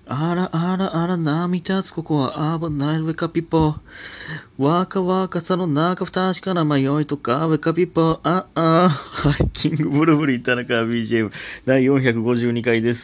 あらあらあら涙つここは危ないウェカピポ若々さの中不確かな迷いとかウェカピポハイキングブルブリ田中 BGM 第452回です。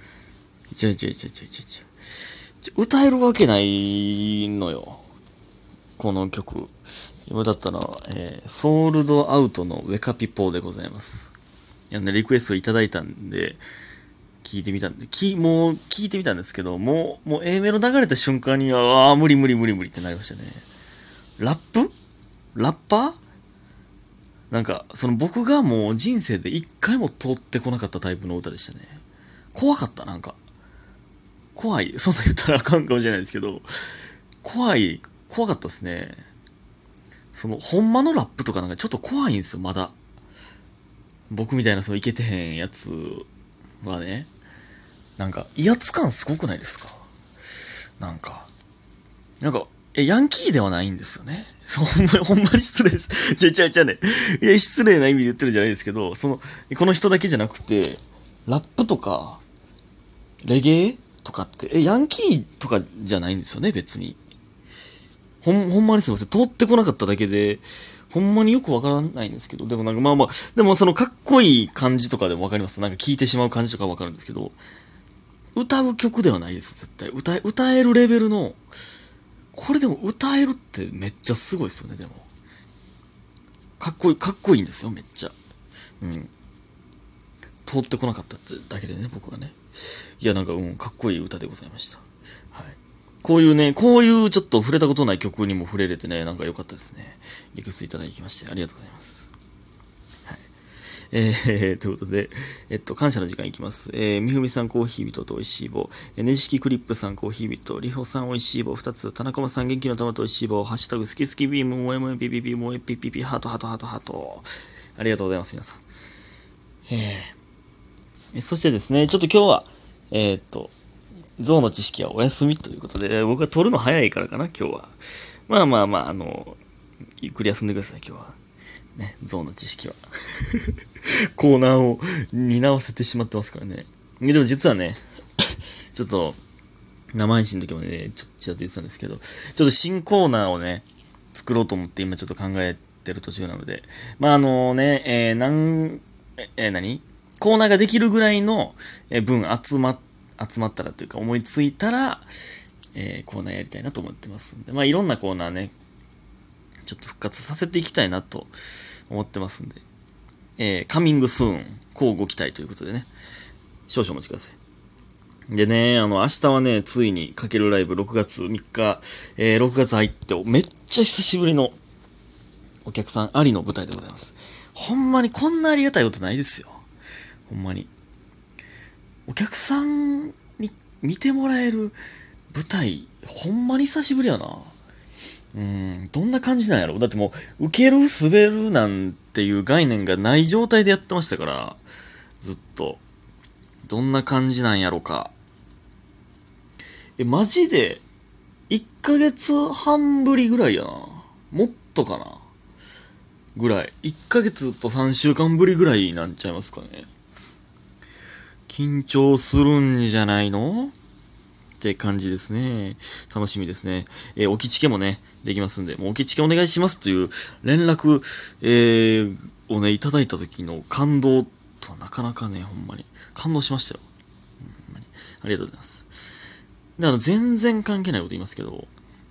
歌えるわけないのよこの曲。今だったら、ソールドアウトのウェカピポでございます。いやね、リクエストいただいたんで聞いてみたんで、もう聞いてみたんですけど、もう A メロ流れた瞬間には、無理ってなりましたね。ラッパーなんか、僕がもう人生で一回も通ってこなかったタイプの歌でしたね。怖かった、なんか。怖い。そんな言ったらあかんかもしれないですけど、怖かったですね。ほんまのラップとかなんかちょっと怖いんですよ、まだ。僕みたいなイケてへんやつはね、なんか威圧感すごくないですか？なんかヤンキーではないんですよね。ほんまに失礼です。じゃね。いや、失礼な意味で言ってるんじゃないですけど、この人だけじゃなくて、ラップとか、レゲエとかって、ヤンキーとかじゃないんですよね、別に。ほんまにすいません。通ってこなかっただけで、ほんまによくわからないんですけど、でもでもかっこいい感じとかでもわかります。なんか聞いてしまう感じとかわかるんですけど、歌う曲ではないです、絶対。歌えるレベルの、これでも歌えるってめっちゃすごいですよね、でも。かっこいいんですよ、めっちゃ。うん。通ってこなかったってだけでね、僕はね。いや、かっこいい歌でございました。はい。こういうちょっと触れたことない曲にも触れれてね、良かったですね。リクエストいただきまして、ありがとうございます。ということで、感謝の時間いきます。みふみさんコーヒー人と美味しい棒、ねじきクリップさんコーヒー人、りほさん美味しい棒2つ、田中間さん元気の玉と美味しい棒、ハッシュタグ好き好きビーム、もえもえピピピ、もえピピピ、ハートハートハートハート。ありがとうございます、皆さん。そしてですね、ちょっと今日は、象の知識はお休みということで、僕は撮るの早いからかな、今日は。ゆっくり休んでください、今日は。ね、象の知識は。コーナーを担わせてしまってますからね。でも実はね、ちょっと、生配信の時もね、ちょっとちらっと言ってたんですけど、ちょっと新コーナーをね、作ろうと思って今ちょっと考えてる途中なので、何コーナーができるぐらいの分集まったらというか思いついたら、コーナーやりたいなと思ってますんで、いろんなコーナーね、ちょっと復活させていきたいなと思ってますんで、カミングスーン、こうご期待ということでね、少々お待ちください。でね、明日はね、ついにかけるライブ6月3日、6月入って、めっちゃ久しぶりのお客さんありの舞台でございます。ほんまにこんなありがたいことないですよ。ほんまに。お客さんに見てもらえる舞台、ほんまに久しぶりやな。どんな感じなんやろ。だってもう、受ける、滑るなんていう概念がない状態でやってましたから、ずっと。どんな感じなんやろか。マジで、1ヶ月半ぶりぐらいやな。もっとかな。ぐらい。1ヶ月と3週間ぶりぐらいなんちゃいますかね。緊張するんじゃないのって感じですね。楽しみですね。置きチケもね、できますんで、もう置きチケお願いしますという連絡、をね、いただいた時の感動とはなかなかね、ほんまに感動しましたよ。ほんまにありがとうございます。で、全然関係ないこと言いますけど、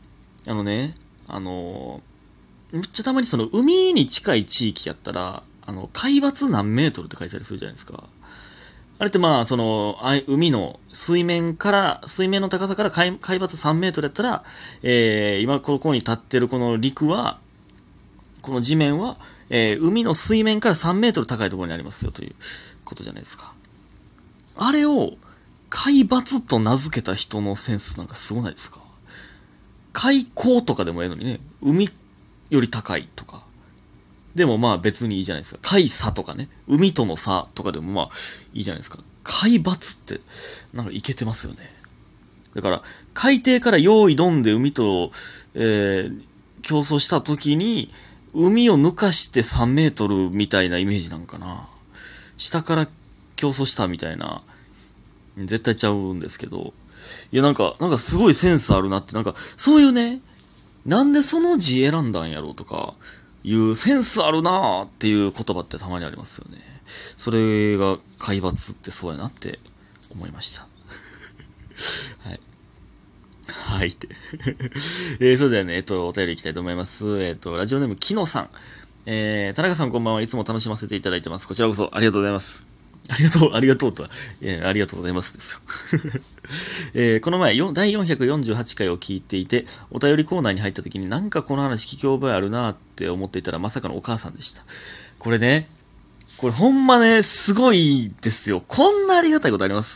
めっちゃたまに海に近い地域やったら、海抜何メートルって書いてたりするじゃないですか。あれって海の水面の高さから海抜3メートルやったら、今ここに立ってるこのこの地面は、海の水面から3メートル高いところにありますよということじゃないですか。あれを、海抜と名付けた人のセンスなんかすごないですか？海溝とかでもええのにね、海より高いとか。でも別にいいじゃないですか。海差とかね。海との差とかでもいいじゃないですか。海抜っていけてますよね。だから海底から用意ドンで海と、競争した時に海を抜かして3メートルみたいなイメージなんかな。下から競争したみたいな絶対ちゃうんですけど、いやなんかすごいセンスあるなって、そういうね、なんでその字選んだんやろうとか、いうセンスあるなーっていう言葉ってたまにありますよね。それが海抜ってそうやなって思いました。はい。はいって。それではね、お便りいきたいと思います。ラジオネーム、きのさん。田中さんこんばんはいつも楽しませていただいてます。こちらこそありがとうございます。ありがとうとは、ありがとうございますですよ。この前、第448回を聞いていて、お便りコーナーに入った時になんかこの話聞き覚えあるなって思っていたらまさかのお母さんでした。これね、これほんまね、すごいですよ。こんなありがたいことあります？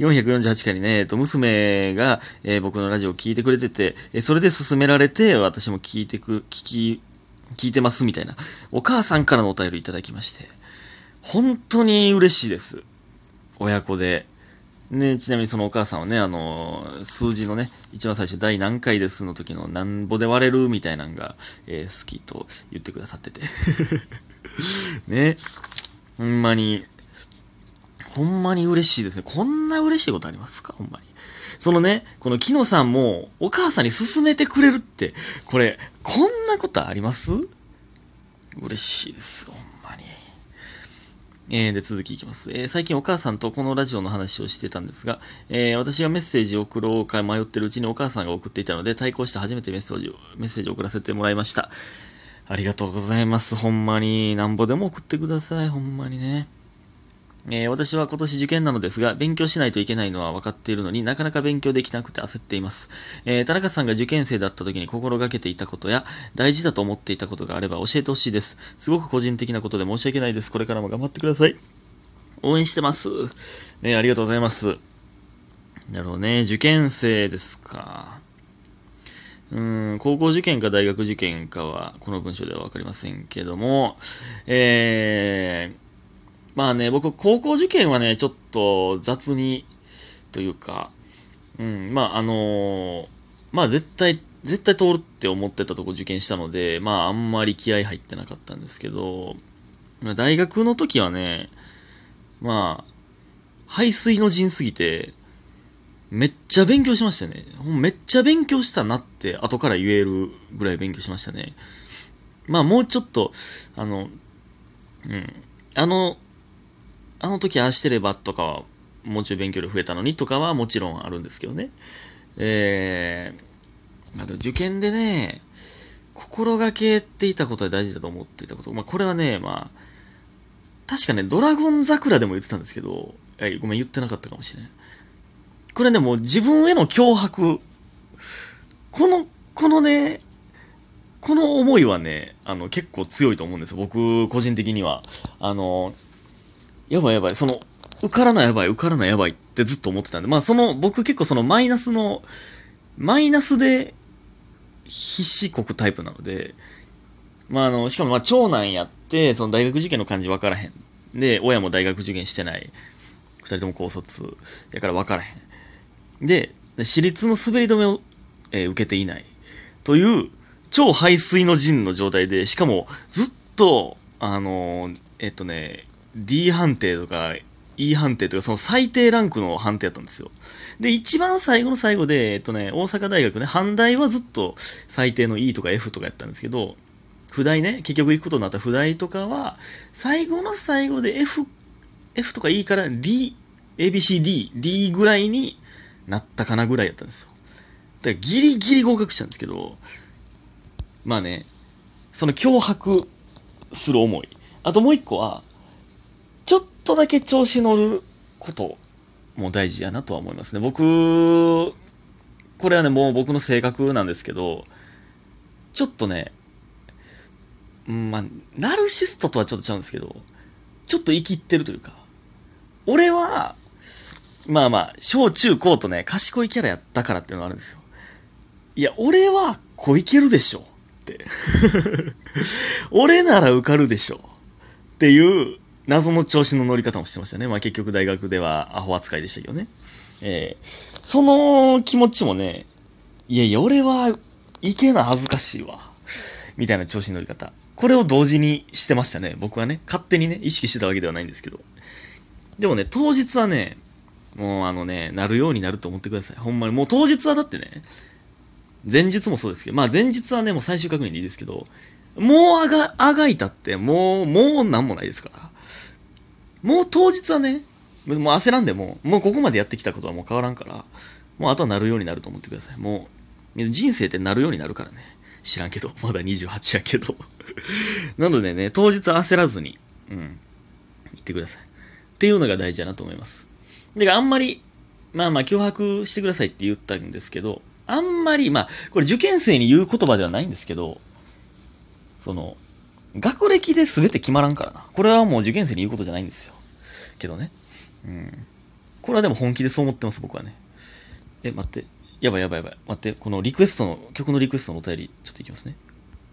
448 回にね、娘が、僕のラジオを聞いてくれてて、それで勧められて、私も聞いてますみたいな、お母さんからのお便りいただきまして、本当に嬉しいです。親子で。ね、ちなみにそのお母さんはね、数字のね、一番最初第何回ですの時のなんぼで割れるみたいなのが、好きと言ってくださってて。ね。ほんまに嬉しいですね。こんな嬉しいことありますかほんまに。そのね、この木野さんもお母さんに勧めてくれるって、これ、こんなことあります？嬉しいですよ、ほんまに。で、続きいきます。最近お母さんとこのラジオの話をしてたんですが、私がメッセージを送ろうか迷ってるうちにお母さんが送っていたので、対抗して初めてメッセージを送らせてもらいました。ありがとうございます。ほんまに。なんぼでも送ってください。ほんまにね。私は今年受験なのですが、勉強しないといけないのは分かっているのになかなか勉強できなくて焦っています。田中さんが受験生だった時に心がけていたことや、大事だと思っていたことがあれば教えてほしいです。すごく個人的なことで申し訳ないです。これからも頑張ってください。応援してます。ね、ありがとうございます。なるほどね。受験生ですか。高校受験か大学受験かは、この文章では分かりませんけども、まあね、僕、高校受験はね、ちょっと雑に、というか、まあまあ絶対通るって思ってたとこ受験したので、まああんまり気合入ってなかったんですけど、大学の時はね、まあ、排水の陣すぎて、めっちゃ勉強しましたね。めっちゃ勉強したなって後から言えるぐらい勉強しましたね。まあもうちょっと、あの、うん、あの、あの時ああしてればとかは、もうちょい勉強量増えたのにとかはもちろんあるんですけどね。あと受験でね、心がけていたことは大事だと思っていたこと。まあこれはね、まあ、確かね、ドラゴン桜でも言ってたんですけど、ごめん言ってなかったかもしれない。これね、もう自分への脅迫。この、このね、この思いはね、結構強いと思うんですよ。僕、個人的には。やばいやばい、受からないやばい、受からないやばいってずっと思ってたんで、まあ僕結構マイナスで必死こくタイプなので、まあしかもまあ長男やって、その大学受験の感じ分からへん。で、親も大学受験してない。二人とも高卒やから分からへん。で、私立の滑り止めを、受けていない。という、超排水の陣の状態で、しかもずっと、D 判定とか E 判定とか、その最低ランクの判定やったんですよ。で、一番最後の最後で、大阪大学ね、阪大はずっと最低の E とか F とかやったんですけど、普大ね、結局行くことになった普大とかは、最後の最後で F とか E から D、D ぐらいになったかなぐらいやったんですよ。だからギリギリ合格したんですけど、まあね、その脅迫する思い。あともう一個は、ちょっとだけ調子乗ることも大事やなとは思いますね。これはね、もう僕の性格なんですけど、ちょっとね、まあ、ナルシストとはちょっと違うんですけど、ちょっと生きってるというか、俺は、まあまあ、小中高とね、賢いキャラやったからっていうのがあるんですよ。いや、俺は、こういけるでしょ。って。俺なら受かるでしょ。っていう、謎の調子の乗り方もしてましたね。まあ結局大学ではアホ扱いでしたけどね。その気持ちもね、いやいや、俺はいけな恥ずかしいわ。みたいな調子の乗り方。これを同時にしてましたね。僕はね、勝手にね、意識してたわけではないんですけど。でもね、当日はね、 もうなるようになると思ってください。ほんまに。もう当日はだってね、前日もそうですけど、まあ前日はね、もう最終確認でいいですけど、もうあがいたって、もうなんもないですから。もう当日はね、もう焦らんでも、もうここまでやってきたことはもう変わらんから、もうあとはなるようになると思ってください。もう、人生ってなるようになるからね。知らんけど、まだ28やけど。なのでね、当日焦らずに、言ってください。っていうのが大事だなと思います。だからあんまり、まあまあ脅迫してくださいって言ったんですけど、あんまり、まあ、これ受験生に言う言葉ではないんですけど、その、学歴で全て決まらんからな。これはもう受験生に言うことじゃないんですよ。けどね。うん。これはでも本気でそう思ってます、僕はね。待って。やばい。待って、この曲のリクエストのお便り、ちょっといきますね。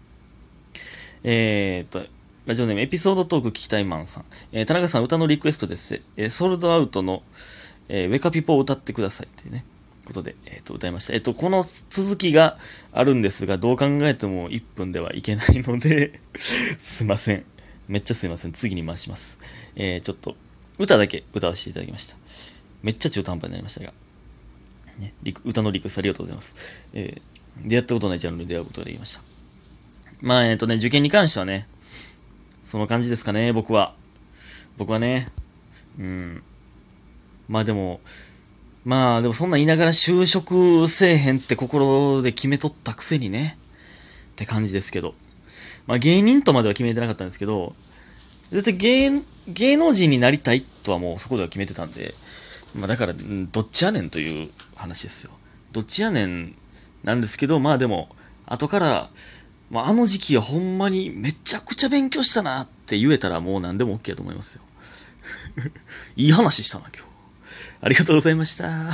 ラジオネームエピソードトーク聞きたいマンさん。田中さん歌のリクエストです。ソールドアウトの、ウェカピポを歌ってくださいというね、ことで、歌いました。この続きがあるんですが、どう考えても1分ではいけないので、すいません。めっちゃすいません。次に回します。ちょっと、歌だけ歌わせていただきました。めっちゃ中途半端になりましたが、ね、歌のリクエストありがとうございます。出会ったことないジャンルに出会うことができました。まあ、受験に関してはね、その感じですかね、僕は。僕はね、うん。まあでも、そんなん言いながら就職せえへんって心で決めとったくせにね、って感じですけど。まあ芸人とまでは決めてなかったんですけど、絶対芸能人になりたいとはもうそこでは決めてたんで、まあだから、どっちやねんという話ですよ。どっちやねんなんですけど、まあでも、後から、まあ、あの時期はほんまにめちゃくちゃ勉強したなって言えたらもう何でも OK だと思いますよ。いい話したな、今日。ありがとうございました。